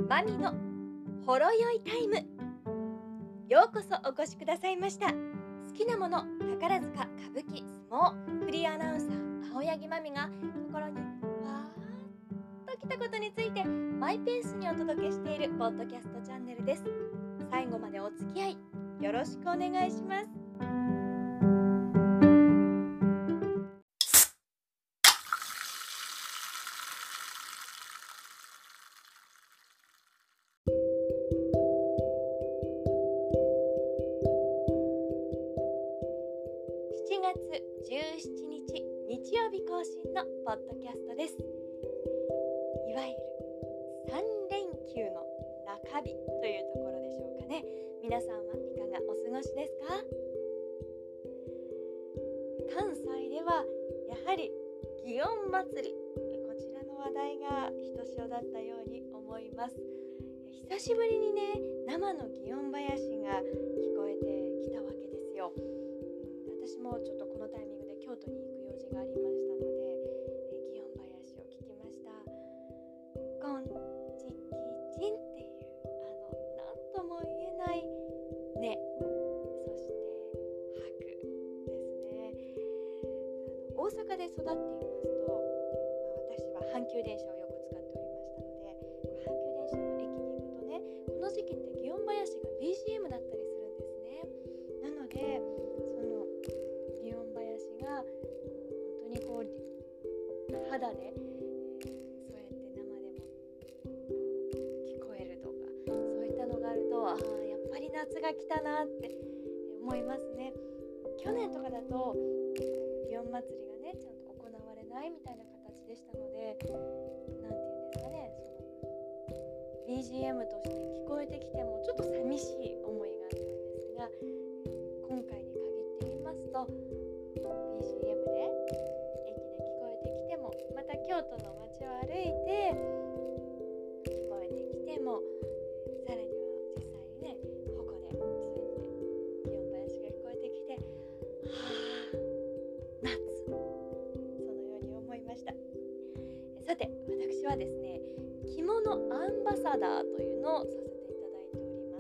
マミのほろ酔いタイム。ようこそお越しくださいました。好きなもの、宝塚、歌舞伎、相撲、フリーアナウンサー青柳マミが心にわーっときたことについてマイペースにお届けしているポッドキャストチャンネルです。最後までお付き合いよろしくお願いします。7月17日日曜日更新のポッドキャストです。いわゆる3連休の中日というところでしょうかね。皆さんはいかがお過ごしですか？関西ではやはり祇園祭り、こちらの話題がひとしおだったように思います。久しぶりにね、生の祇園囃子が聞こえてきたわけですよ。私もちょっとこのタイミングで京都に行く用事がありましたので、祇園囃子を聞きました。こんちきちんっていうなんとも言えないね、そして拍ですね。大阪で育っていますと、私は阪急電車をよく使っておりましたので、阪急電車の駅に行くとね、この時期って祇園囃子が BGM だったりするんですね。なのでその祇園囃子が本当にこう肌で、そうやって生でも聞こえるとか、そういったのがあると、やっぱり夏が来たなって思いますね。去年とかだと祇園祭りがねちゃんと行われないみたいな形でしたので、なんていうんですかね、その BGM として聞こえてきてもちょっと寂しい思いがあったんですが、今回に限って言いますと BGM で駅で聞こえてきても、また京都の街を歩いて聞こえてきても、さらには実際にね鉾でそうやって祇園囃子が聞こえてきて、夏、そのように思いました。さて、私はですね、着物アンバサダーというのをさせていただいております。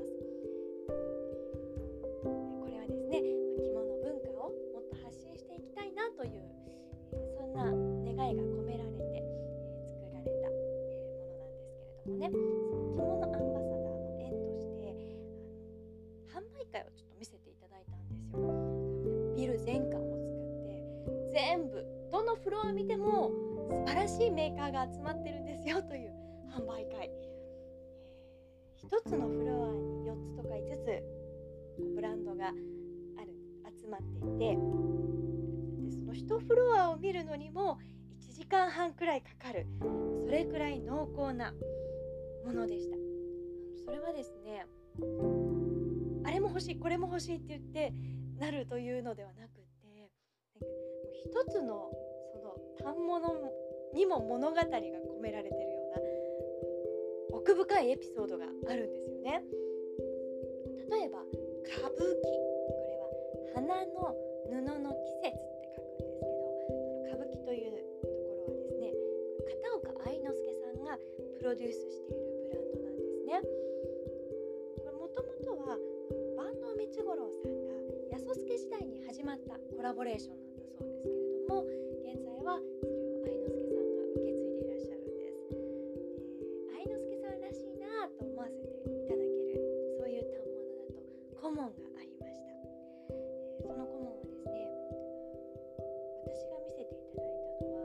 これはですね、着物文化をもっと発信していきたいなという、そんな願いが込められて、作られた、ものなんですけれどもね、その着物アンバサダーの縁として販売会をちょっと見せていただいたんですよ。ビル全館を使って全部どのフロア見ても素晴らしいメーカーが集まってるんですよという販売会。一つのフロアに4つとか5つブランドが集まっていて、でその1フロアを見るのにも1時間半くらいかかる、それくらい濃厚なものでした。それはですね、あれも欲しいこれも欲しいって言ってなるというのではなくて、一つのその反物にも物語が込められているような奥深いエピソードがあるんですよね。例えば歌舞伎、これは花の布の季節って書くんですけど、その歌舞伎というところはですね、片岡愛之助さんがプロデュースしているブランドなんですね。これもともとは坂東光五郎さんが安助時代に始まったコラボレーションなんだそうですけれども、現在はそれを愛之助さんが受け継いでいらっしゃるんです。愛之助さんらしいなと思わせていただける、そういう反物だと顧問がありました。その顧問はですね、私が見せていただいたのは、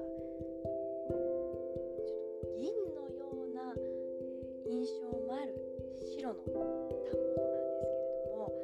ちょっと銀のような印象もある白の反物なんですけれども、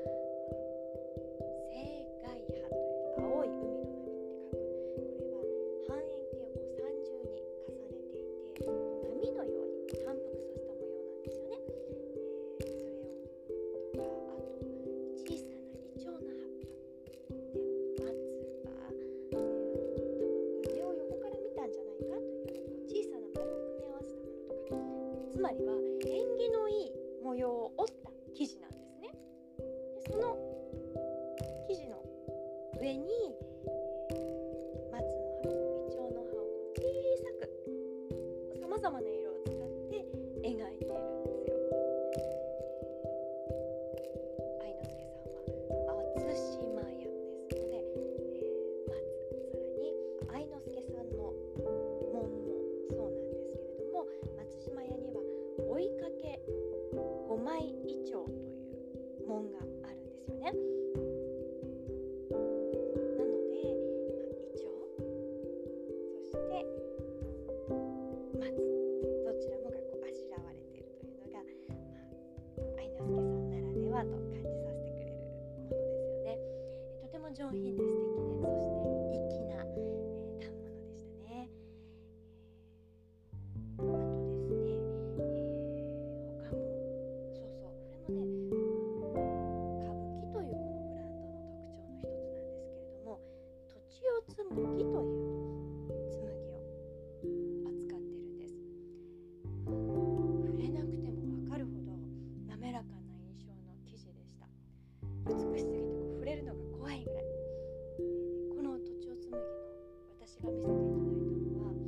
青海波という青い海の波って書く、これは半円形を三重に重ねていて、波のように反復させた模様なんですよね。それをとか、あと小さなイチョウの葉っぱで松葉、多分上を横から見たんじゃないかというような小さな丸を組み合わせたものとか、つまりは縁起のいい模様を折った生地なんですね。でその生地の上に、松の葉をイチョウの葉を小さくさまざまな色を使って描いているんですよ。 どちらもがあしらわれているというのが、愛之助さんならではと感じさせてくれるものですよね。とても上品で素敵で、そして粋な、反物でしたね。あとですね、他もそうこれもね、歌舞伎というこのブランドの特徴の一つなんですけれども、とちおつむぎという紬を扱ってるんです。触れなくても分かるほど滑らかな印象の生地でした。美しすぎて触れるのが怖いぐらい。このとちおつむぎの私が見せていただいたのは、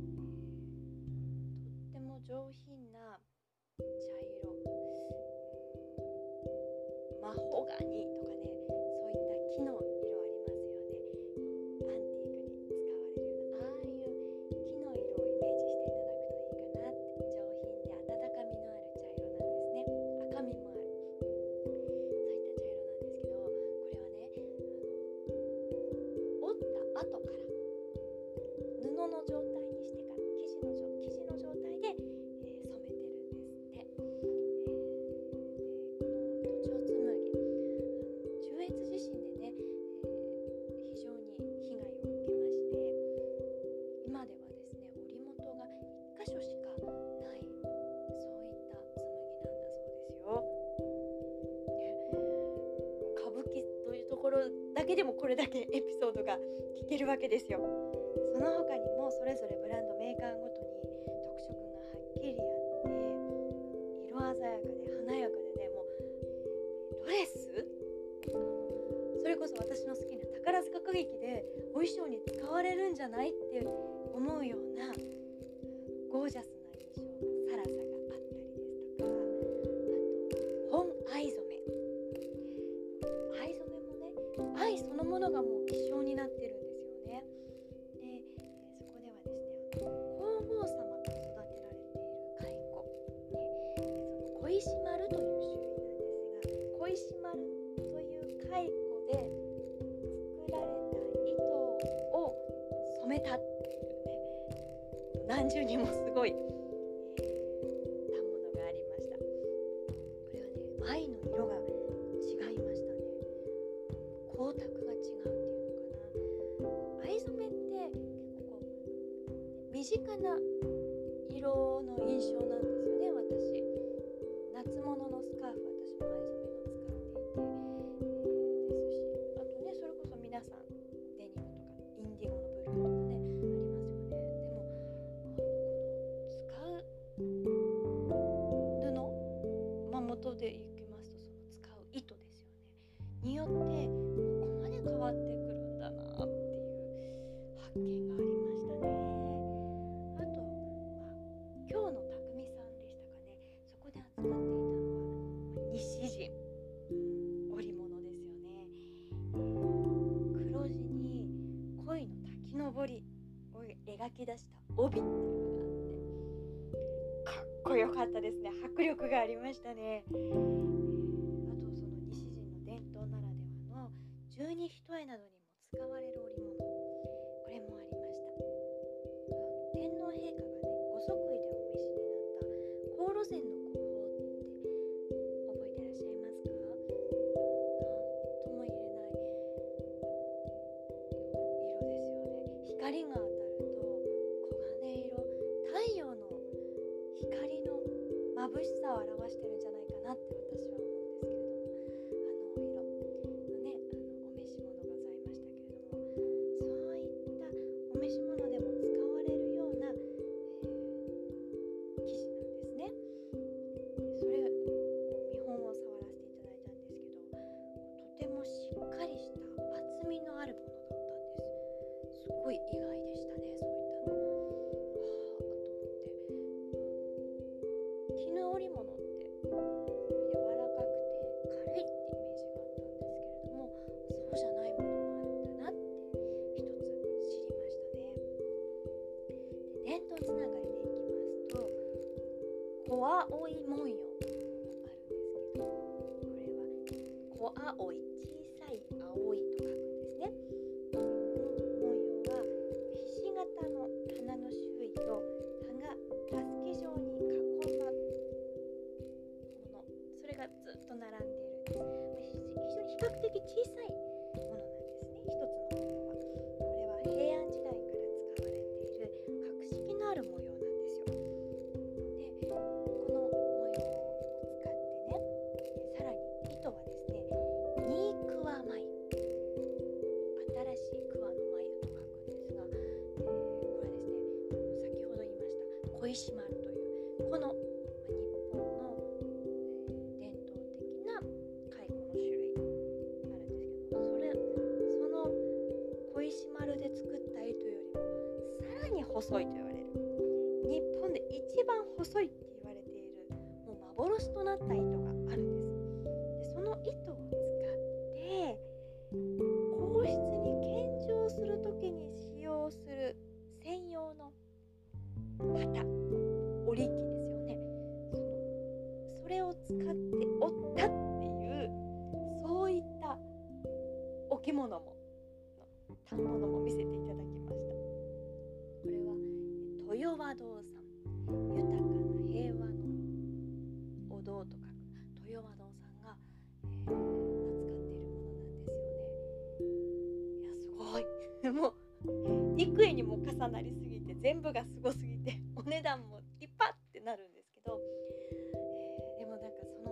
とっても上品な茶色、マホガニとかね、そういった木の色ありますよね。アンティークに使われるような、ああいう木の色をイメージしていただくといいかなって。上品で温かみのある茶色なんですね。赤みもある、そういった茶色なんですけど、これはね、折った後から布の状態にしてから、生地の状態で、染めてるんですって。このとちおつむぎ、中越地震でね、非常に被害を受けまして、今ではですね、織元が1箇所しかない、そういった紬なんだそうですよ。歌舞伎というところだけでもこれだけエピソードが聞けるわけですよ。その他にもそれぞれブランドメーカーごとに特色がはっきりあって、色鮮やかで華やかでね、もうドレス、それこそ私の好きな宝塚歌劇でお衣装に使われるんじゃないって思うようなゴージャスな印象が、サラサがあったりですとか、あと本藍染め、藍染めもね、藍そのものがもう希少になってるんですよね。で、そこではですね、皇后様が育てられている蚕、その小石丸という種類なんですが、小石丸という蚕で作られた糸を染めたっていうね、何重にもすごい、反物がありました。これはね、藍の色が違いましたね。光沢が違うっていうのかな。藍染めって結構身近な色の印象なんですよね。私、夏物のスカーフ、私も藍染めの使っていて、ですし、あとね、それこそ皆さんデニムとかインディゴのブルーとかね、ありますよね。でもこの使う布、元でいきますと、その使う糸ですよね、によってここまで変わってくるんだなっていう発見がありましたね。あと、今日の匠さんでしたかね、そこで扱っていたのは、西陣、織物ですよね。黒地に恋の滝登りを描き出した帯っていうのがあって、かっこよかったですね。迫力がありましたね。あと、その西陣の伝統ならではの十二単などにも使われる織物、これもありました。天皇陛下がね、ご即位でお召しになった黄櫨染の工法って覚えてらっしゃいますか？なんとも言えない色ですよね。光が当たると黄金色、太陽の光の眩しさを表してるんじゃないかなって私は思うんですけれども、あの色のね、お召し物ございましたけれども、そういったお召し物でも使われるような、生地なんですね。それ見本を触らせていただいたんですけど、とてもしっかりした厚みのあるものだったんです。すごい意外でしたね、そういったの。はあと思って、絹織物って柔らかくて軽いってイメージがあったんですけれども、そうじゃないものもあるんだなって一つ知りましたね。で、伝統つながりでいきますと、小葵文様あるんですけど、これは小葵、小さい葵と書くんですね。この文様はひし形の花の周囲を葉が小石丸というこの日本の伝統的な蚕の種類あるんですけど、その小石丸で作った糸よりもさらに細いと言われる、日本で一番細いって言われているもう幻となった糸があるんです。でその糸を使って皇室に献上するときに使用する専用の旗、織り機ですよね。それを使って織ったっていう、そういったお着物も反物も見せていただきました。これは豊和堂さん、豊かな平和のお堂と書く豊和堂さんが、扱っているものなんですよね。いやすごいもう幾重にも重なりすぎて全部がすごすぎてお値段もリパってなるんですけど、でもなんか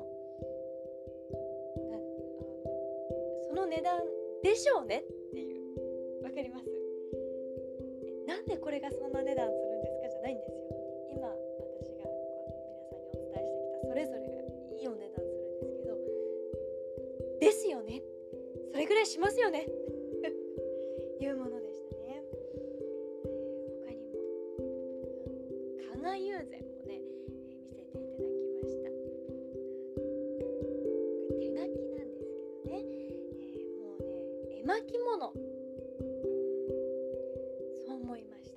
その値段でしょうねっていう、わかります？なんでこれがそんな値段するんですかじゃないんですよ。今私が皆さんにお伝えしてきたそれぞれがいいお値段するんですけど、ですよね、それぐらいしますよねいうものでしたね。他にも加賀友禅もね、見せていただきました。手書きなんですけどね、もうね絵巻物、そう思いました。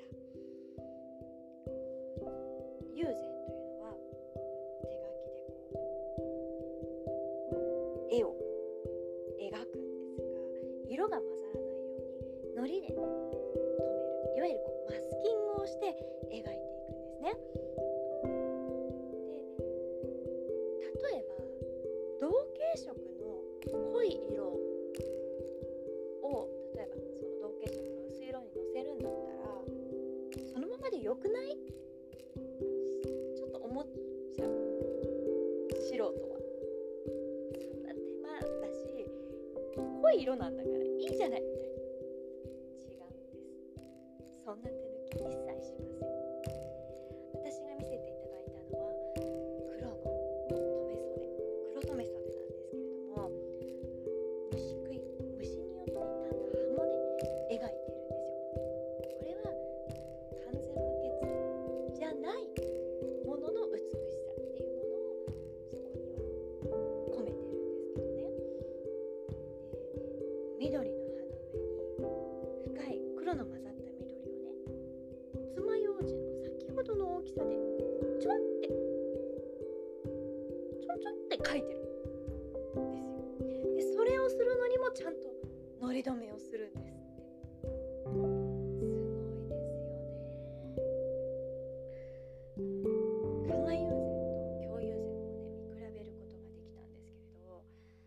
友禅というのは手書きで絵を描くんですが、色が混ざらないように糊でね留める、いわゆるマスキングをして描いていくんですね。で例えば同系色の濃い色を例えばその同系色の薄い色にのせるんだったら、そのままでよくない？ちょっと思っちゃう、素人は。そんな手間だし濃い色なんだからいいじゃないみたいな。違うんです。そんな手抜き一切しません。私が見せていただいたのは黒の留袖、黒留袖なんですけれども、虫によって傷んだ葉もね描いているんですよ。これは完全無欠じゃないものの美しさっていうものをそこには込めてるんですけどね。で緑の葉の上に深い黒の混ざった緑をね、爪楊枝の先ほどの大きさでちょんって描いてるんですよ。でそれをするのにもちゃんと糊止めをするんですって。すごいですよね。加賀友禅と京友禅もね見比べることができたんですけれど、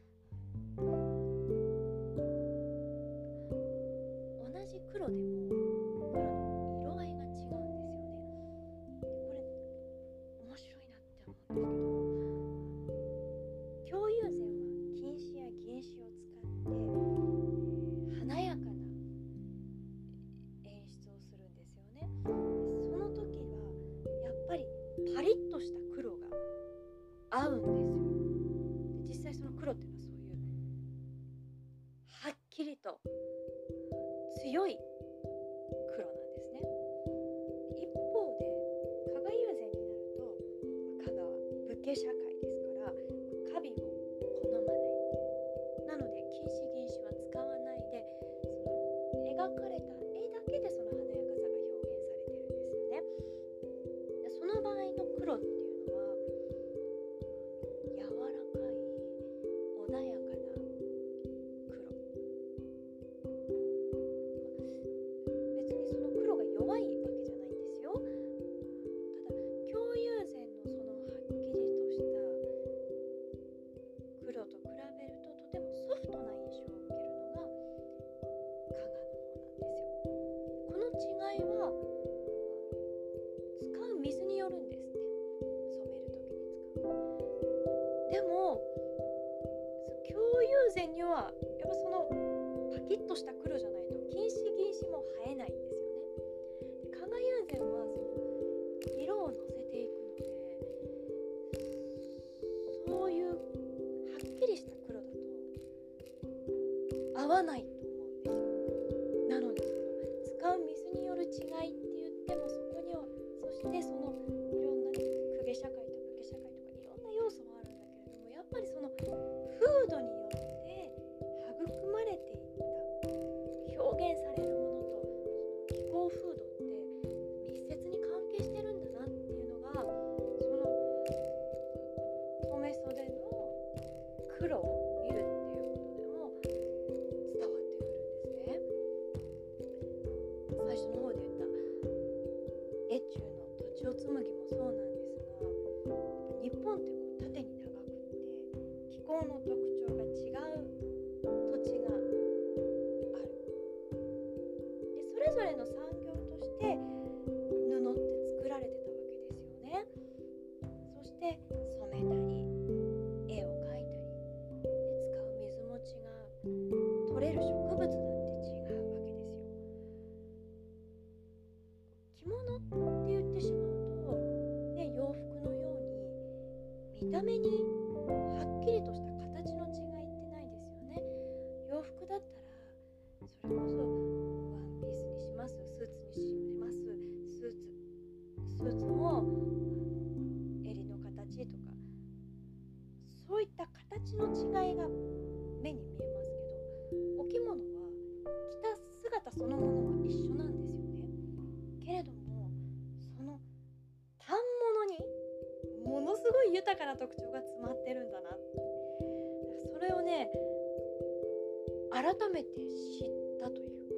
同じ黒でも黒の色合いが違うんですよね。これ面白いなって思うんですけど、京友禅は金糸や銀糸を使って華やかな演出をするんですよね。でその時はやっぱりパリッとした黒が合うんですよ。で実際その黒っていうのはそういうはっきりと強い黒なんですね。一方で加賀友禅になると、加賀は武家社会ですから華美を好まない。なので金糸銀糸は使わないで、その描かれた絵だけでその華やかさが表現されてるんですよね。でその場合の黒っていうのは柔らかい穏やかな黒。別にその黒が弱いわけじゃないんですよ。ただ京友禅のそのはっきりとした黒と比べるととてもソフトな印象を受けるのが加賀の方なんですよ。この違いは使う水によるんですって。染める時に使う。でも京友禅にはやっぱそのパキッとした黒じゃないと金糸銀糸も映えないんですよね。で加賀友禅はその色を塗わないと思うんですよ。なので使う水による違いって言っても、そこにはそしてそのいろんなね、公家社会と武家社会とかいろんな要素はあるんだけれども、やっぱりその風土によって育まれていった表現されるものと気候風土って密接に関係してるんだなっていうのが、その染袖の黒を見るっていうことでも伝わってくるんですね。最初の方で言った越中のとちおつむぎもそうなんですが、日本って縦に長くって気候の特徴が違う土地がある。でそれぞれの産業として布って作られてたわけですよね。そして染めたり絵を描いたりで使う水も違う、取れる植物だって違うわけですよ。着物って言ってしまうと、ね、洋服のように見た目にはっきりとした形の違いってないですよね。洋服だったらそれこそワンピースにします、スーツにします、スーツも襟の形とかそういった形の違いが目に見えますけど、お着物は着た姿そのものは一緒なんですよね。けれどもその反物にものすごい豊かな特徴が詰まってるんだなって、それをね改めて知ったというか、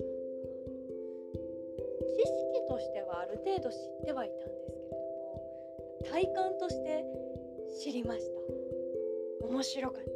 知識としてはある程度知ってはいたんですけれども、体感として知りました。面白かったです。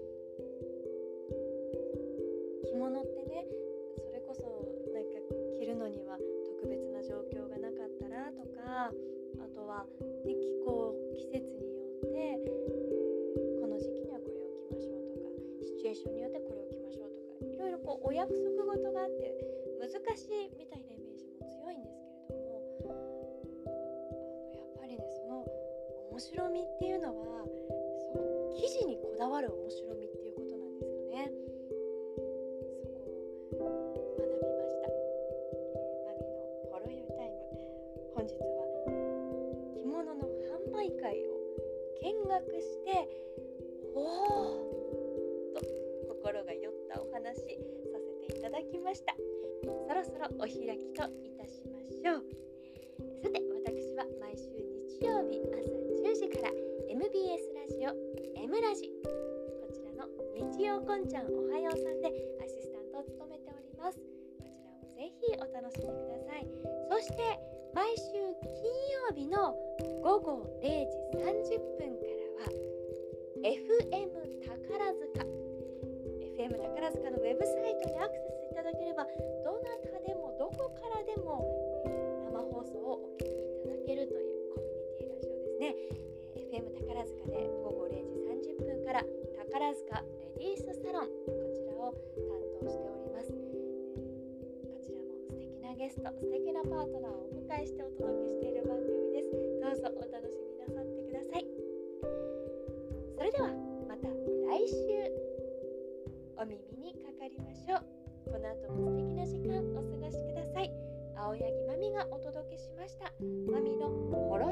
着物ってね、それこそなんか着るのには特別な状況がなかったらとか、あとは、ね、季節によってこの時期にはこれを着ましょうとか、シチュエーションによってこれを着ましょうとか、いろいろお約束事があって難しいみたいなイメージも強いんですけれども、やっぱりね、その面白みっていうのはそう生地にこだわる面白みっていうことなんですかね。そこを学びました。マミのほろ酔いタイム、本日は着物の販売会を見学しておーと心が酔ったお話させていただきました。そろそろお開きといたしましょう。さて、私は毎週日曜日朝10時から MBS ラジオ M ラジ、こちらの日曜こんちゃんおはようさんでアシスタントを務めております。こちらもぜひお楽しみください。そして毎週金曜日の午後0時30分からは FM 宝塚のウェブサイトにアクセスいただければ、どなたでもどこからでも生放送をお聞きいただけるというコミュニティラジオですね。FM 宝塚で午後0時30分から宝塚レディースサロン、こちらを担当しております。こちらも素敵なゲスト、素敵なパートナーをお迎えしてお届けしている番組です。どうぞお楽しみなさってください。それではまた来週お耳にかかりましょう。この後も素敵な時間お過ごしください。青柳まみがお届けしました。まみのほろ